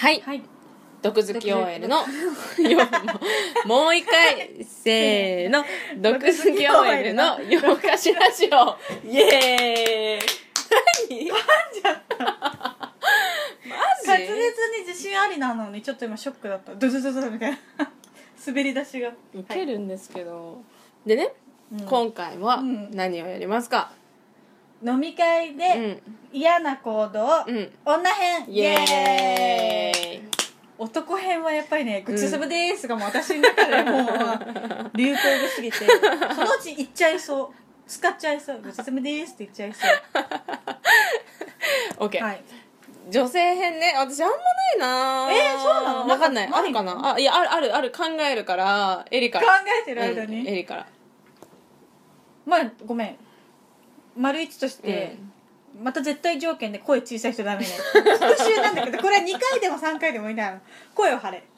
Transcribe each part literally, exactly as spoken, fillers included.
はい、はい、毒好き オーエル のもう一回せーの毒好き オーエル の夜更かしラジオイエーイ何噛んじゃったマジ滑舌に自信ありなのにちょっと今ショックだった。ドドドドみたいな滑り出しがウケるんですけど、はい、でね、うん、今回は何をやりますか？ 飲み会で嫌な行動、うん、女編イエーイ。 男編はやっぱりね、ぐちさぶでーすがもう私の中でもう流行語すぎてそのうち言っちゃいそう、使っちゃいそう、ぐちさぶでーすって言っちゃいそう OK、はい、女性編ね、私あんまないな。 えー、そうなの？ 分かんない。あるかなあ、いや、あるあるある、考えるからエリから考えてる間に、 うん、エリからまあごめん、丸一として、うん、また絶対条件で声小さい人ダメね復習なんだけど、これはにかいでもさんかいでもいいんだよ。声を張れで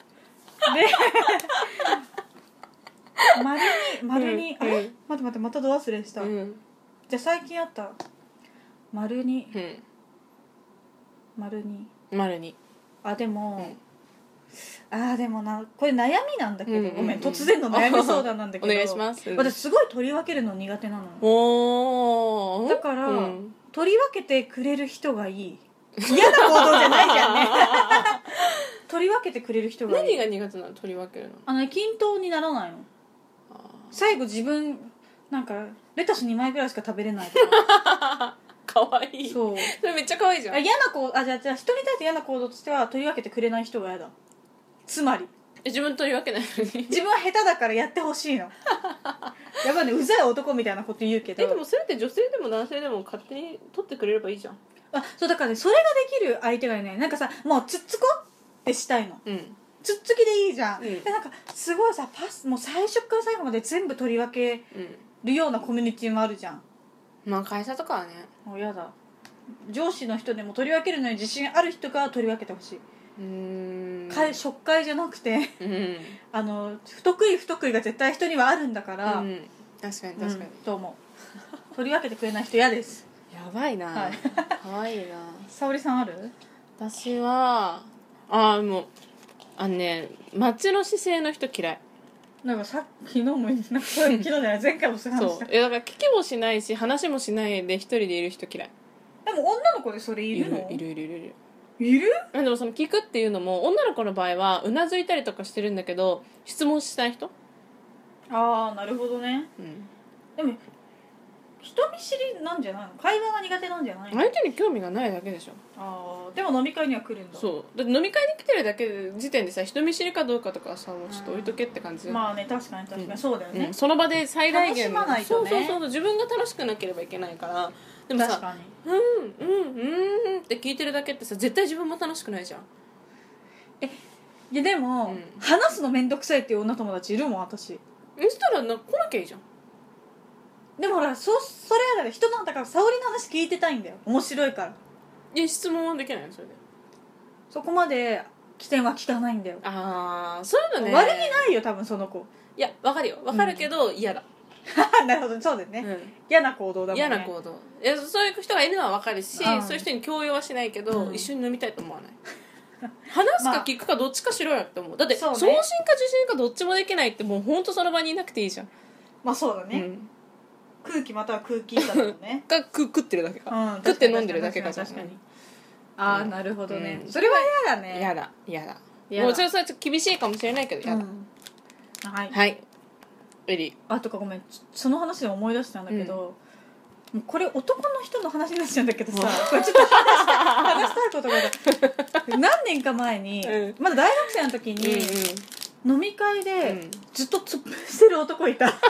丸に丸に、うん、あれ、うん、待って待って、また度忘れした、うん、じゃあ最近あった丸に、うん、丸に丸にあでも、うん、あでもな、これ悩みなんだけど、うんうんうん、ごめん突然の悩み相談なんだけどお願いします。 私すごい取り分けるの苦手なの。 おだから、うん、取り分けてくれる人がいい。嫌な行動じゃないじゃんね取り分けてくれる人がいい。 何が苦手なの？取り分けるの。 あの均等にならないの。最後自分なんかレタスにまいぐらいしか食べれないとかかわいい。 そう、 それめっちゃかわいいじゃん。 あ、嫌な行動、あ、じゃあ、じゃあ人に対して嫌な行動としては取り分けてくれない人が嫌だ。つまり自分取り分けないのに自分は下手だからやってほしいのやばいね、うざい男みたいなこと言うけど、 えでもそれって女性でも男性でも勝手に取ってくれればいいじゃん。 あ、そうだからね、それができる相手がね、なんかさ、もうつっつこってしたいの、うん、つっつきでいいじゃん、うん、でなんかすごいさ、パスもう最初から最後まで全部取り分けるようなコミュニティもあるじゃん。 まあ会社とかはね、 もうやだ、上司の人でも取り分けるのに自信ある人が取り分けてほしい。うーん、初回じゃなくて、うん、あの不得意不得意が絶対人にはあるんだから、うん、 確かに確かに、うん、 と思う。取り分けてくれない人嫌です。 やばいな、はい、かわいいな。 沙織さんある？ 私はあもうあのね、待ちの姿勢の人嫌い。 なんかさ昨日もなんか昨日じゃない前回もそう話した。 そう、だから聞きもしないし話もしないで一人でいる人嫌い。 でも女の子でそれいるの？ いるいるいるいるいる？ でもその聞くっていうのも女の子の場合はうなずいたりとかしてるんだけど質問したい人。 ああなるほどね、うん、でも人見知りなんじゃないの？会話が苦手なんじゃないの？ 相手に興味がないだけでしょ。 ああでも飲み会には来るんだ。 そうだって飲み会に来てるだけ時点でさ、人見知りかどうかとかさ、もうちょっと置いとけって感じ。 まあね、確かに確かに、うん、そうだよね、 うん、その場で最大限楽しまないとね。 そうそうそう、自分が楽しくなければいけないから。でもさ、 確かにうんうんうんって聞いてるだけってさ、絶対自分も楽しくないじゃん。 えいやでも、うん、話すのめんどくさいっていう女友達いるもん私。 そしたらな来なきゃいいじゃん。 でもほら そ, それやだね、人なんだから沙織の話聞いてたいんだよ、面白いから。 いや質問はできないのそれで。 そこまで起点は聞かないんだよ。 ああそういうのね。 悪気ないよ多分その子。 いや分かるよ分かるけど、うん、嫌だなるほど、そうだよね、うん、嫌な行動だもんね。 嫌な行動。いやそういう人がいるのは分かるし、うん、そういう人に強要はしないけど、うん、一緒に飲みたいと思わない話すか聞くかどっちかしろよって思う。だって送信か受信かどっちもできないってもうほんとその場にいなくていいじゃん。 まあそうだね、うん、空気または空気以下だもんねが食ってるだけか、うん、食って飲んでるだけか。 確かに。ああ、うん、なるほどね、うん、それは嫌だね。 嫌だ嫌だ。もうそれはちょっと厳しいかもしれないけど嫌だ、うん、はいはいエリ。あとかごめん、 その話で思い出したんだけど、うん、これ男の人の話になっちゃうんだけどさこれちょっと話した話したいことが何年か前に、うん、まだ大学生の時に、うんうん、飲み会でずっと突っ伏してる男いたそ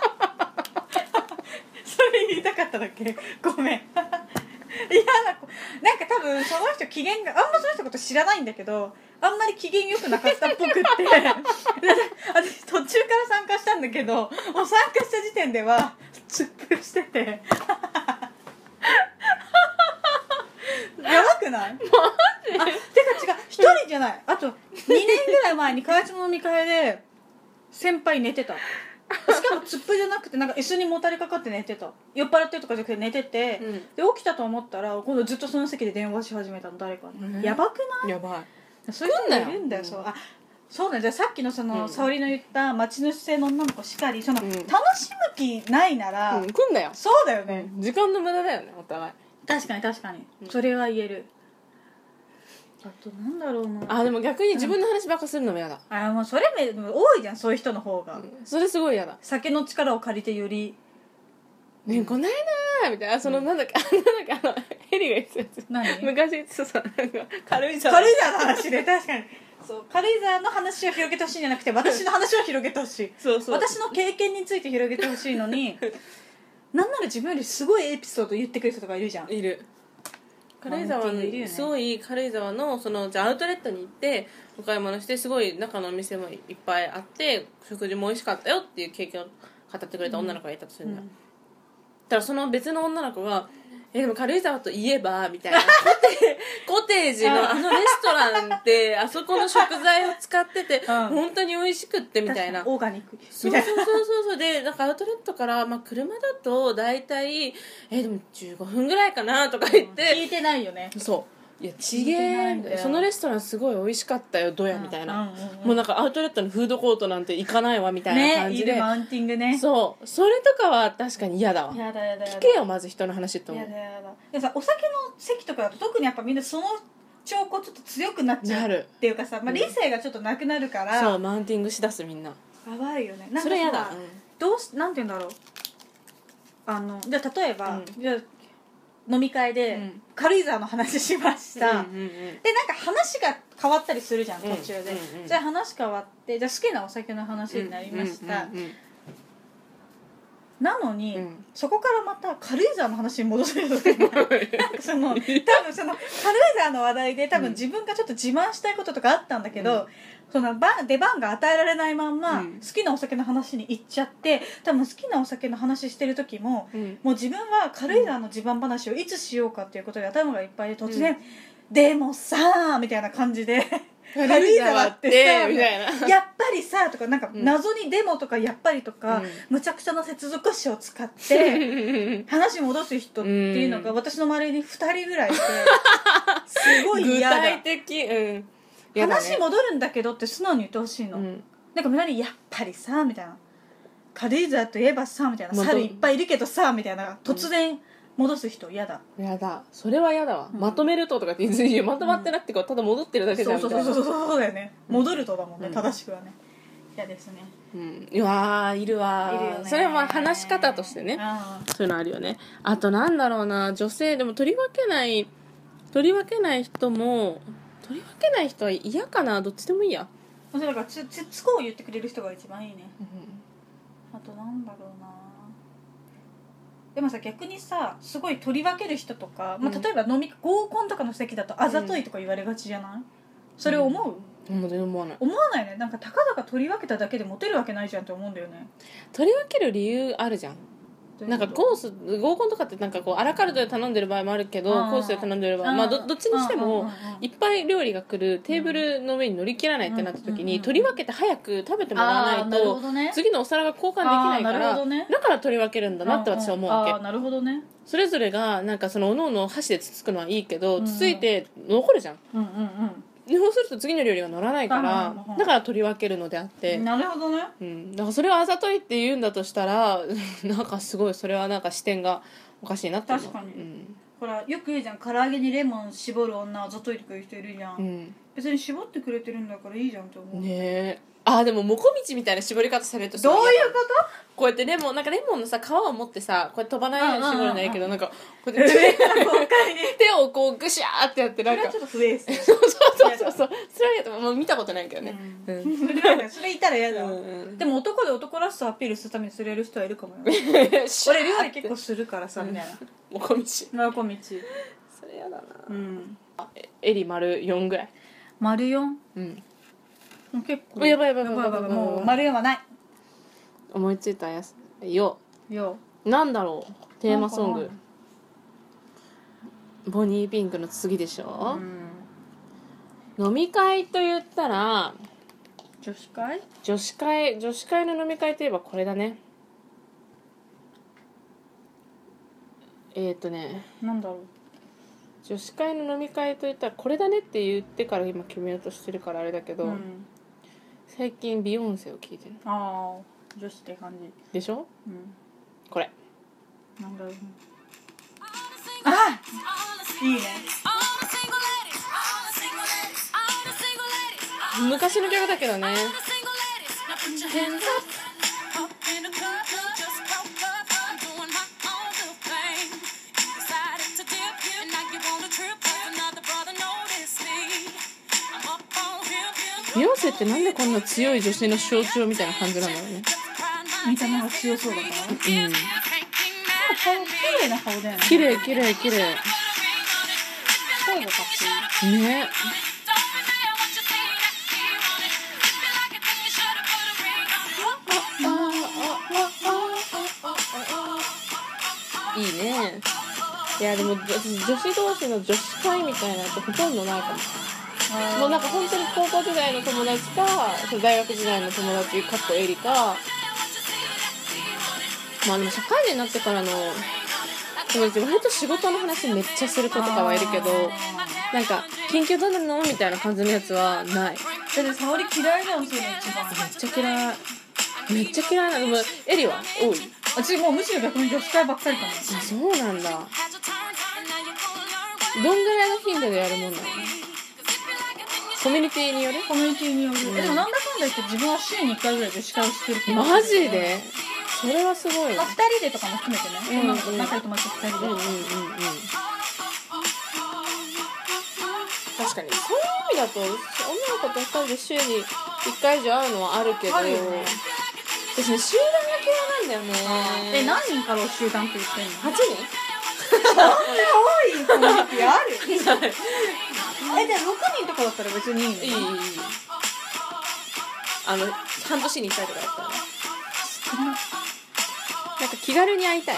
れ言いたかっただけごめん嫌な子なんか多分その人機嫌があんまその人のこと知らないんだけど、あんまり機嫌良くなかったっぽくって私途中から参加したんだけど、もう参加した時点では突っ伏しててやばくない？マジ？あ、てか違う、一人じゃない、あとにねんぐらい前に開発の飲み会で先輩寝てた。しかも突っ伏じゃなくてなんか椅子にもたれかかって寝てた。酔っ払ってるとかじゃなくて寝てて、うん、で起きたと思ったら今度ずっとその席で電話し始めたの誰かに、うん、やばくない？ やばい。 そういう人もいるんだよ、そうあそうね、じゃあさっきのその、うん、沙織の言った町主性の女の子しかりその、うん、楽しむ気ないなら、 うん、来んだよ。 そうだよね、 うん、時間の無駄だよねお互い。 確かに確かに、うん、それは言える。あとなんだろうなあでも逆に自分の話ばっかするのも嫌だ、 うん、あもうそれめ多いじゃんそういう人の方が、うん、 それすごい嫌だ。 酒の力を借りてよりねこないなーみたいなその、うん、なんだっけなんだっけあのヘリが言ってたやつ何昔言ってたさなんか軽井沢軽井沢の話で確かにそう軽井沢の話を広げてほしいんじゃなくて私の話を広げてほしいそうそう私の経験について広げてほしいのになんなら自分よりすごいエピソード言ってくる人とかいるじゃん。 いる。軽井沢の、ね、すごい軽井沢のそのじゃアウトレットに行ってお買い物してすごい中のお店もいっぱいあって食事も美味しかったよっていう経験を語ってくれた女の子がいたとするんだ、うん、ただその別の女の子がえでも軽井沢といえばみたいなコテ, コテージのあのレストランってあそこの食材を使ってて、うん、本当に美味しくってみたいなオーガニックそうそうそうそうそうでなんかアウトレットから、まあ、車だと大体えでもじゅうごふんぐらいかなとか言って、 うん、聞いてないよね。 そういやちげえみたいなそのレストランすごい美味しかったよどやみたいな、うんうんうんうん、もうなんかアウトレットのフードコートなんて行かないわみたいな感じで、 ね、いるマウンティングね。 そうそれとかは確かに嫌だわ。 やだやだやだ聞けよまず人の話って思う。 やだやだでさお酒の席とかだと特にやっぱみんなその兆候ちょっと強くなっちゃうっていうかさ、まあ、理性がちょっとなくなるから、 うん、そうマウンティングしだすみんなやばいよね。なんかそれやだ、うん、 どうしなんて言うんだろうあのじゃあ例えば、うん、じゃあ飲み会で軽井沢の話しました、うんうんうん、でなんか話が変わったりするじゃん途中で、うんうんうん、じゃあ話変わってじゃあ好きなお酒の話になりました、うんうんうんうん、なのに、うん、そこからまた軽井沢の話に戻せるのでなんかその多分その軽井沢の話題で多分自分がちょっと自慢したいこととかあったんだけど、うんその番出番が与えられないまんま、うん、好きなお酒の話に行っちゃって多分好きなお酒の話してる時も、うん、もう自分は軽井沢の自慢話をいつしようかっていうことで頭がいっぱいで突然、うん、でもさーみたいな感じで軽井沢ってさみたいなやっぱりさとかなんか謎にでもとかやっぱりとか、うん、むちゃくちゃな接続詞を使って話戻す人っていうのが私の周りにふたりぐらいいてすごい嫌だ。 具体的、うんね、話戻るんだけどって素直に言ってほしいの、うん、なんかみんなにやっぱりさみたいな軽井沢といえばさみたいな猿いっぱいいるけどさみたいな突然戻す人嫌だ。 嫌だそれは嫌だわ、うん、まとめるととかって言ってまとまってなくてただ戻ってるだけじゃんみたいな。 そうそうそうそうそうだよね、うん、戻るとだもんね、うん、正しくはね嫌ですね、 うん、うわーいるわーいるよね。それはまあ話し方としてねそういうのあるよね。あとなんだろうな女性でも取り分けない取り分けない人も取り分けない人は嫌かなどっちでもいいや。 だからつつつこを言ってくれる人が一番いいね、うん、あとなんだろうなでもさ逆にさすごい取り分ける人とか、まあ、例えば飲み合コンとかの席だとあざといとか言われがちじゃない、うん、それ思う、 うん、全然思わない思わないね。なんかたかだか取り分けただけでモテるわけないじゃんって思うんだよね。 取り分ける理由あるじゃん。なんかコース合コンとかってなんかこうアラカルトで頼んでる場合もあるけどコースで頼んでる場合まあ ど, どっちにしてもいっぱい料理が来るテーブルの上に乗り切らないってなった時に取り分けて早く食べてもらわないと次のお皿が交換できないからだから取り分けるんだなって私は思うわけ。 あなるほどね。 それぞれがなんかそのおのおの箸でつつくのはいいけどつついて残るじゃん。うんうんうんそうすると次の料理が乗らないからだから取り分けるのであってなるほどね、 うん、だからそれをあざといって言うんだとしたらなんかすごいそれはなんか視点がおかしいなって思う。 確かに、うん、ほらよく言うじゃん唐揚げにレモン絞る女あざといとか言う人いるじゃん、うん、別に絞ってくれてるんだからいいじゃんって思うねえ。あでももこみちみたいな絞り方されるとどういうことこうやってレモンなんかレモンのさ皮を持ってさこうやって飛ばないように絞るのはいいけどなんかこうやって手をこうグシャーってやってなんかそれはちょっと不衛生そうそうそうそうそれはもう見たことないけどね、 うんうん、それいたら嫌だわ、うんうん、でも男で男らしさアピールするためにする人はいるかもよ俺料理結構するからさみたいなもこみちもこみちそれ嫌だな、 うん、 エリ丸よんぐらい丸よんうん結構やばいやばいやばいやばいもう丸よんはない思いついたやつよよなんだろうテーマソングボニーピンクの次でしょ、うん、飲み会と言ったら女子会女子会女子会の飲み会といえばこれだねえっ、ー、とねなんだろう女子会の飲み会といったらこれだねって言ってから今決めようとしてるからあれだけど、うん、最近ビヨンセを聞いてる。 ああ女子って感じでしょ、うん、これなんだろう、あいいね。 昔の曲だけどね。ビヨンセってなんでこんな強い女性の象徴みたいな感じなんだろうね。 見た目が強そうだから。うん。綺麗な顔だよね。 綺麗綺麗綺麗。 声がかっこいい。 ね。いいね。いやでも私女子同士の女子会みたいなやつほとんどないかも。もうなんか本当に高校時代の友達か大学時代の友達かっこエリか、まあでも社会人になってからの友達割と仕事の話めっちゃする子とかはいるけど、なんか緊急どうなのみたいな感じのやつはない。だって沙織嫌いだよそれ一番。 めっちゃ嫌いめっちゃ嫌いなの。でもエリは多い。 私もうむしろ逆に女子会ばっかりかも。あ、 そうなんだ。どんぐらいの頻度でやるもんなの？コミュニティによる？ コミュニティによる、うん、でもなんだかんだ言って自分は週にいっかいぐらい女子会をしてる。 マジで？それはすごいわ。 まあ、ふたりでとかも含めてね、うんうん、仲良い友達ふたりで、うんうんうんうん、 確かにそういう意味だと女の子とふたりで週にいっかい以上会うのはあるけど、あるよね。私ね集団が嫌いなんだよね。 え、何人から集団って言ってんの？ はちにん？ そんな多いコミュニティある？え、じゃあろくにんとかだったら別にいいの？いいいいいい。 あの半年にいっかいとかだったらね。なんか気軽に会いたい。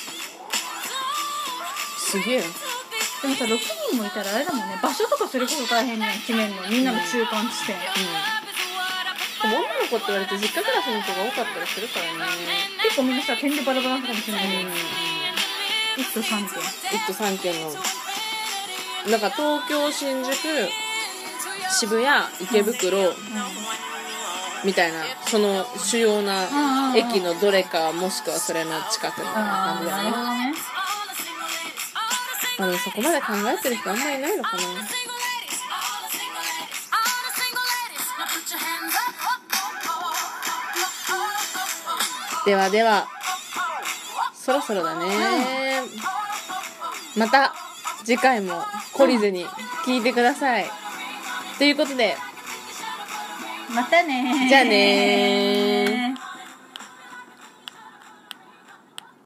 すげえな。 でもさろくにんもいたらあれだもんね、場所とかそれこそ大変ね、決めるのみんなの中間地点、うんうん、でも女の子って言われて実家暮らしの子が多かったりするからね。 結構みんなさ点でバラバラかもしれないけど、うん、いっ都さんけんいっ都さんけんのなんか東京、新宿、渋谷、池袋、うんうん、みたいなその主要な駅のどれかもしくはそれの近くみたいな感じだね。まあでもそこまで考えてる人あんまりいないのかな。ではではそろそろだね、うん、また次回も懲りずに聞いてください、うん、ということでまたねー。 じゃあねー。